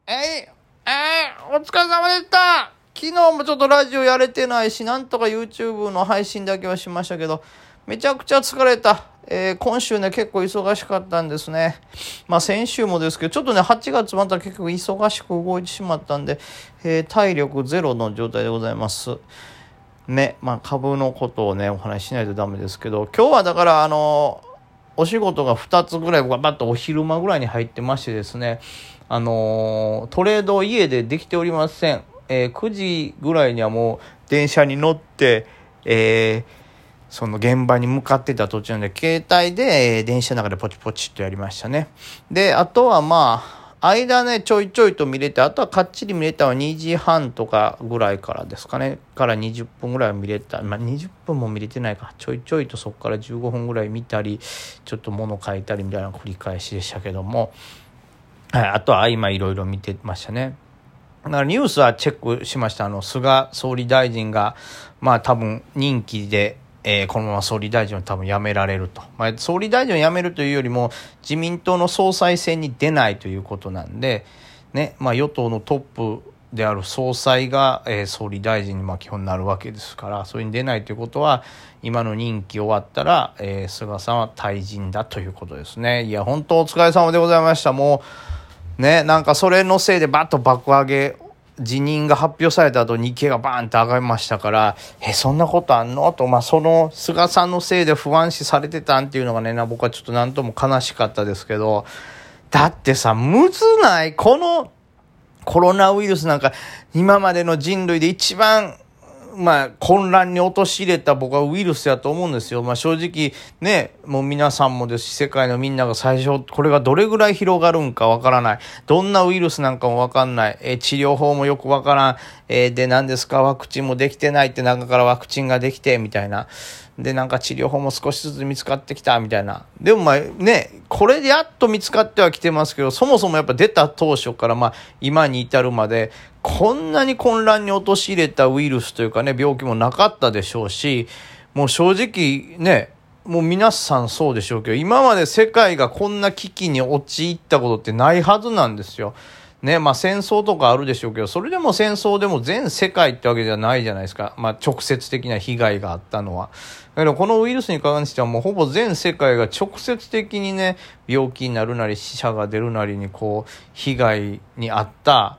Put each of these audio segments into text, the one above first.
お疲れ様でした。昨日もちょっとラジオやれてないし、なんとか YouTube の配信だけはしましたけど、めちゃくちゃ疲れた。今週ね、結構忙しかったんですね。先週もですけど、ちょっとね、8月また結構忙しく動いてしまったんで、体力ゼロの状態でございます。ね、株のことをね、お話ししないとダメですけど、今日はだからお仕事が2つぐらいバッとお昼間ぐらいに入ってましてですね、トレード家でできておりません。9時ぐらいにはもう電車に乗って、その現場に向かってた途中で携帯で、電車の中でポチポチっとやりましたね。で、あとは間ねちょいちょいと見れて、あとはかっちり見れたのは2時半とかぐらいからですかね、から20分ぐらいは見れた。20分も見れてないか、ちょいちょいとそこから15分ぐらい見たり、ちょっと物書いたりみたいな繰り返しでしたけども、はい、あとは今いろいろ見てましたね。だからニュースはチェックしました。菅総理大臣が多分任期で、このまま総理大臣を多分辞められると、総理大臣を辞めるというよりも自民党の総裁選に出ないということなんでね、与党のトップである総裁が、総理大臣に基本なるわけですから、それに出ないということは今の任期終わったら、菅さんは退陣だということですね。いや本当お疲れ様でございました。もうね、なんかそれのせいでバッと爆上げ、辞任が発表された後日経がバーンと上がりましたから、そんなことあんのと、その菅さんのせいで不安視されてたんっていうのがね、僕はちょっと何とも悲しかったですけど、だってさ、むずない？このコロナウイルスなんか今までの人類で一番混乱に陥れた僕はウイルスやと思うんですよ。正直ね、もう皆さんもですし、世界のみんなが最初これがどれぐらい広がるんかわからない、どんなウイルスなんかもわかんない、治療法もよくわからん、で何ですかワクチンもできてないって、中からワクチンができてみたいな、で治療法も少しずつ見つかってきたみたいな。でもね、これでやっと見つかってはきてますけど、そもそもやっぱ出た当初から今に至るまでこんなに混乱に陥れたウイルスというかね、病気もなかったでしょうし、もう正直ね、もう皆さんそうでしょうけど、今まで世界がこんな危機に陥ったことってないはずなんですよ。ね、戦争とかあるでしょうけど、それでも戦争でも全世界ってわけじゃないじゃないですか。直接的な被害があったのは。だけどこのウイルスに関してはもうほぼ全世界が直接的にね、病気になるなり死者が出るなりに被害に遭った、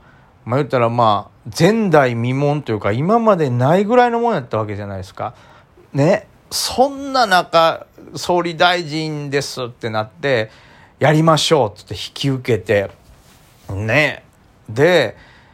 言ったら前代未聞というか今までないぐらいのものやったわけじゃないですか。ね、そんな中、総理大臣ですってなって、やりましょうって引き受けて、ね。で、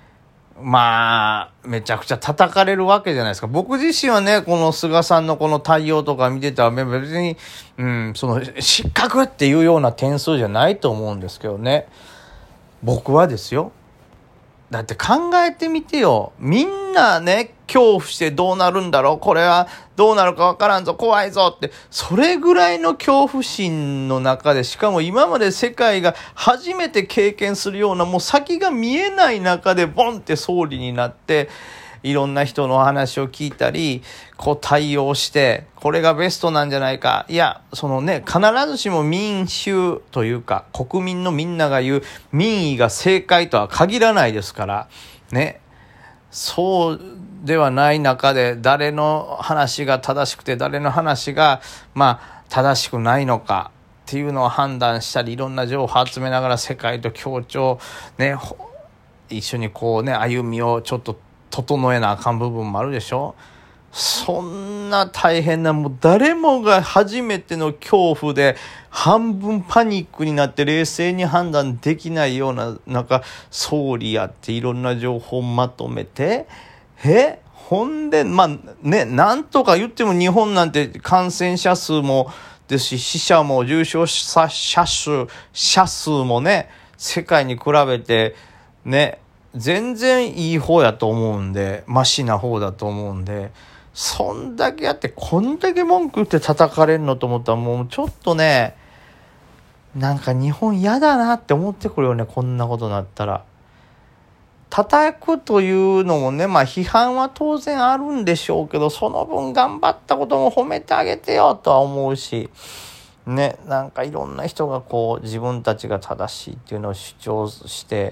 めちゃくちゃ叩かれるわけじゃないですか。僕自身はね、この菅さんのこの対応とか見てたら別に、その失格っていうような点数じゃないと思うんですけどね。僕はですよ。だって考えてみてよ。みんなね、恐怖してどうなるんだろう、これはどうなるかわからんぞ、怖いぞって、それぐらいの恐怖心の中で、しかも今まで世界が初めて経験するような、もう先が見えない中でボンって総理になって、いろんな人の話を聞いたり、対応して、これがベストなんじゃないか。いや、そのね、必ずしも民衆というか、国民のみんなが言う民意が正解とは限らないですから、ね。そうではない中で、誰の話が正しくて、誰の話が、正しくないのかっていうのを判断したり、いろんな情報を集めながら世界と協調、ね、一緒に歩みをちょっと整えなあかん部分もあるでしょ。そんな大変な、もう誰もが初めての恐怖で半分パニックになって冷静に判断できないような中、総理やっていろんな情報をまとめて、ほんでなんとか言っても日本なんて感染者数もですし、死者も重症者数もね、世界に比べてね、全然いい方やと思うんで、マシな方だと思うんで、そんだけやってこんだけ文句言って叩かれるのと思ったら、もうちょっとね、なんか日本嫌だなって思ってくるよね、こんなことになったら。叩くというのもね、批判は当然あるんでしょうけど、その分頑張ったことも褒めてあげてよとは思うしね、なんかいろんな人が自分たちが正しいっていうのを主張して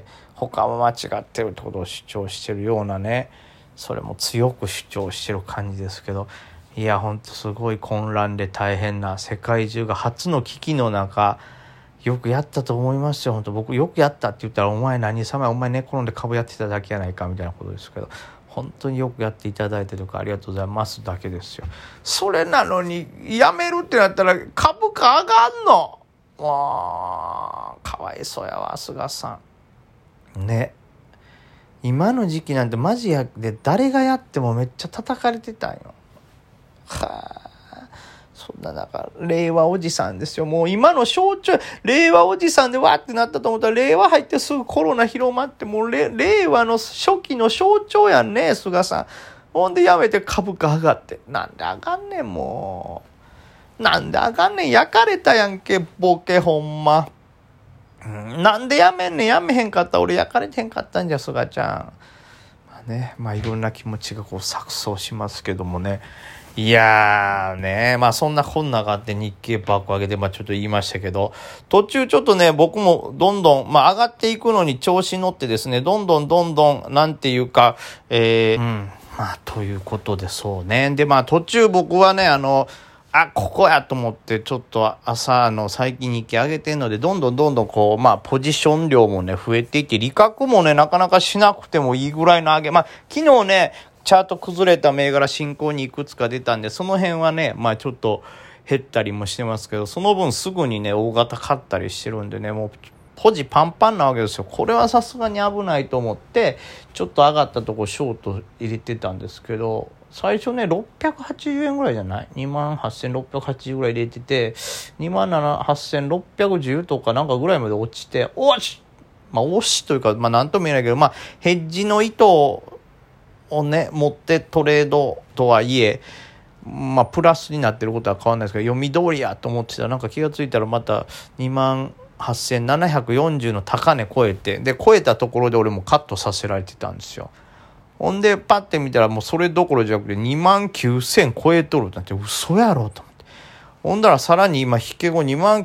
他は間違ってるってことを主張してるようなね、それも強く主張してる感じですけど、いやほんとすごい混乱で大変な、世界中が初の危機の中よくやったと思いますよ。本当僕よくやったって言ったら、お前何様や、お前寝転んで株やってただけやないかみたいなことですけど、本当によくやっていただいてるからありがとうございますだけですよ。それなのにやめるってなったら株価上がんの、もうかわいそうやわ菅さんね。今の時期なんてマジで誰がやってもめっちゃ叩かれてたんよ。はあ、そんな中令和おじさんですよ。もう今の象徴、令和おじさんでわーってなったと思ったら、令和入ってすぐコロナ広まって、もう令和の初期の象徴やんね菅さん。ほんでやめて株価上がって、なんであかんねん、もうなんであかんねん、焼かれたやんけボケ、ほんま。なんでやめんねん、やめへんかった俺焼かれてへんかったんじゃ菅ちゃん。いろんな気持ちがこう錯綜しますけどもね。いやーね、そんなこんながあって日経爆上げでちょっと言いましたけど、途中ちょっとね僕もどんどん上がっていくのに調子乗ってですね、どんどんなんていうかということで、そうね。で途中僕はねここやと思ってちょっと朝最近日記上げてんので、どんどんこうポジション量もね増えていって、利確もねなかなかしなくてもいいぐらいの上げ、昨日ねチャート崩れた銘柄進行にいくつか出たんで、その辺はねちょっと減ったりもしてますけど、その分すぐにね大型買ったりしてるんでね、もうポジパンパンなわけですよ。これはさすがに危ないと思ってちょっと上がったとこショート入れてたんですけど、最初ね680円ぐらいじゃない、 28,680 ぐらい入れてて 28,610 とかなんかぐらいまで落ちて、おし惜しというかなんとも言えないけど、ヘッジの糸をね持ってトレードとはいえプラスになってることは変わらないですけど、読み通りやと思ってたら、なんか気がついたらまた28,740 の高値超えて、で超えたところで俺もカットさせられてたんですよ。ほんでパッて見たらもうそれどころじゃなくて 29,000 超えとるなんて嘘やろと思って、ほんだらさらに今引け後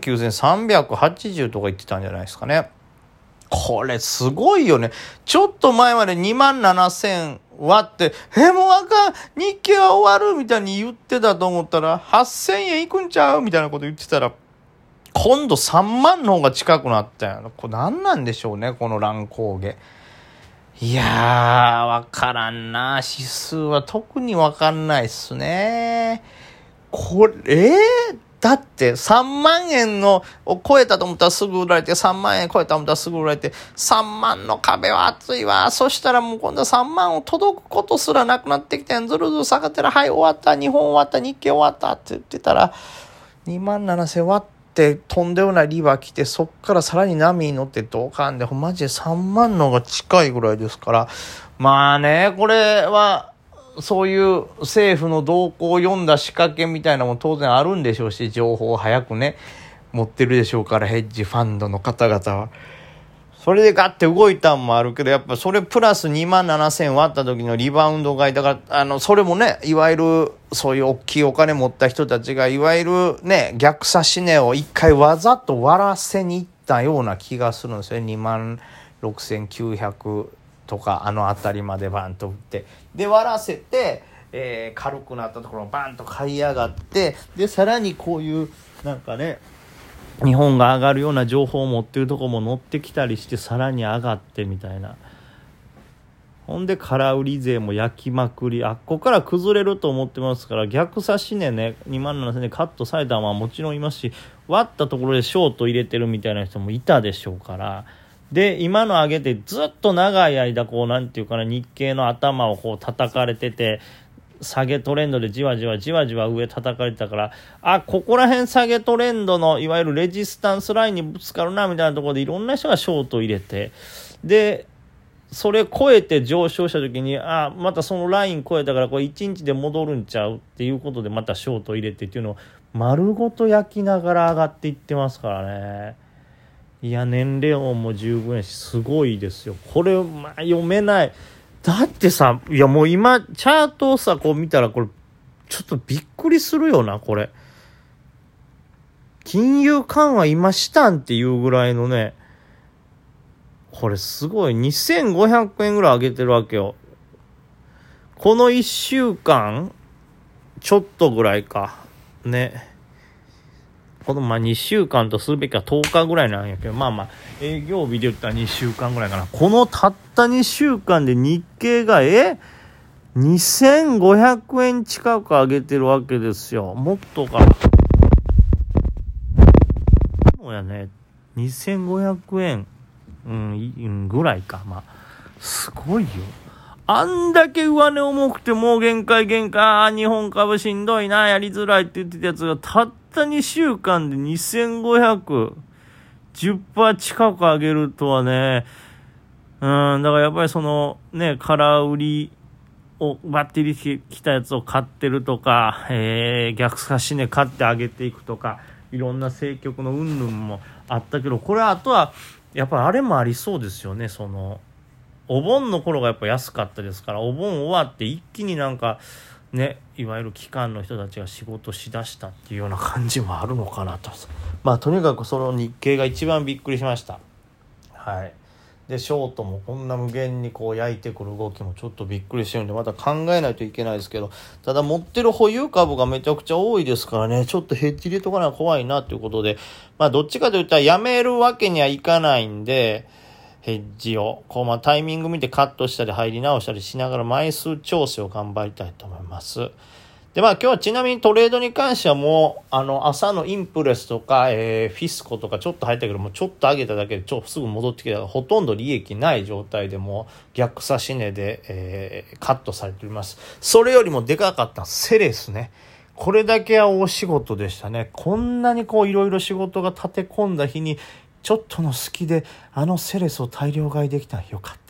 29,380 とか言ってたんじゃないですかね。これすごいよね。ちょっと前まで 27,000 割ってもうあかん、日経は終わるみたいに言ってたと思ったら 8,000 円いくんちゃうみたいなこと言ってたら、今度3万の方が近くなったんや。これ何なんでしょうね、この乱高下。いやーわからんな、指数は特にわかんないっすね。これだって3万円のを超えたと思ったらすぐ売られて、3万円超えたと思ったらすぐ売られて、3万の壁は厚いわ。そしたらもう今度は3万を届くことすらなくなってきてん、ずるずる下がってる、はい終わった、日本終わった、日経終わったって言ってたら 27,000 割ってとんでもないリバー来て、そっからさらに波に乗ってどうかんで、マジで3万のが近いぐらいですから、これはそういう政府の動向を読んだ仕掛けみたいなのも当然あるんでしょうし、情報を早くね持ってるでしょうから、ヘッジファンドの方々はそれでガッて動いたんもあるけど、やっぱそれプラス 27,000 割った時のリバウンド買いだから、それもねいわゆるそういう大きいお金持った人たちがいわゆるね逆差し値を一回わざと割らせにいったような気がするんですよね。 26,900 とかあたりまでバンと打って、で割らせて、軽くなったところをバンと買い上がって、でさらにこういうなんかね日本が上がるような情報を持ってるとこも乗ってきたりして、さらに上がってみたいな。ほんで空売り税も焼きまくり、ここから崩れると思ってますから、逆差し値ね27,000でカットされたのはもちろんいますし、割ったところでショート入れてるみたいな人もいたでしょうから。で今の上げてずっと長い間こうなんていうかな、日経の頭をこう叩かれてて、下げトレンドでじわじわ上叩かれてたから、ここら辺下げトレンドのいわゆるレジスタンスラインにぶつかるなみたいなところでいろんな人がショート入れて、でそれ超えて上昇した時にまたそのライン超えたからこれ1日で戻るんちゃうっていうことでまたショート入れてっていうのを丸ごと焼きながら上がっていってますからね。いや年齢音も十分やしすごいですよこれ。読めない。だってさ、いやもう今チャートをさこう見たらこれちょっとびっくりするよな。これ金融緩和今したんっていうぐらいのね、 これすごい。2500円ぐらい上げてるわけよ。この1週間、ちょっとぐらいか。ね。この2週間とするべきは10日ぐらいなんやけど、営業日で言ったら2週間ぐらいかな。このたった2週間で日経が2500円近く上げてるわけですよ。もっとか。そうやね。2500円、ぐらいか。すごいよ。あんだけ上値重くてもう限界、日本株しんどいな、やりづらいって言ってたやつがたった2週間で2500、10% 近く上げるとはね、だからやっぱり空売りをバッテリー来たやつを買ってるとか、逆差し値買って上げていくとか、いろんな政局の云々もあったけど、これはあとはやっぱりあれもありそうですよね。お盆の頃がやっぱ安かったですから、お盆終わって一気にいわゆる機関の人たちが仕事しだしたっていうような感じもあるのかなと。とにかくその日経が一番びっくりしました。はい。でショートもこんな無限に焼いてくる動きもちょっとびっくりしてるんで、また考えないといけないですけど、ただ持ってる保有株がめちゃくちゃ多いですからね、ちょっとヘッジ入れとかないと怖いなということで、どっちかといったらやめるわけにはいかないんで、ヘッジをタイミング見てカットしたり入り直したりしながら枚数調整を頑張りたいと思います。で今日はちなみにトレードに関してはもう朝のインプレスとか、フィスコとかちょっと入ったけども、ちょっと上げただけですぐ戻ってきたから、ほとんど利益ない状態でも逆差し値で、カットされております。それよりもでかかったセレスね。これだけは大仕事でしたね。こんなにいろいろ仕事が立て込んだ日にちょっとの隙でセレスを大量買いできたらよかった。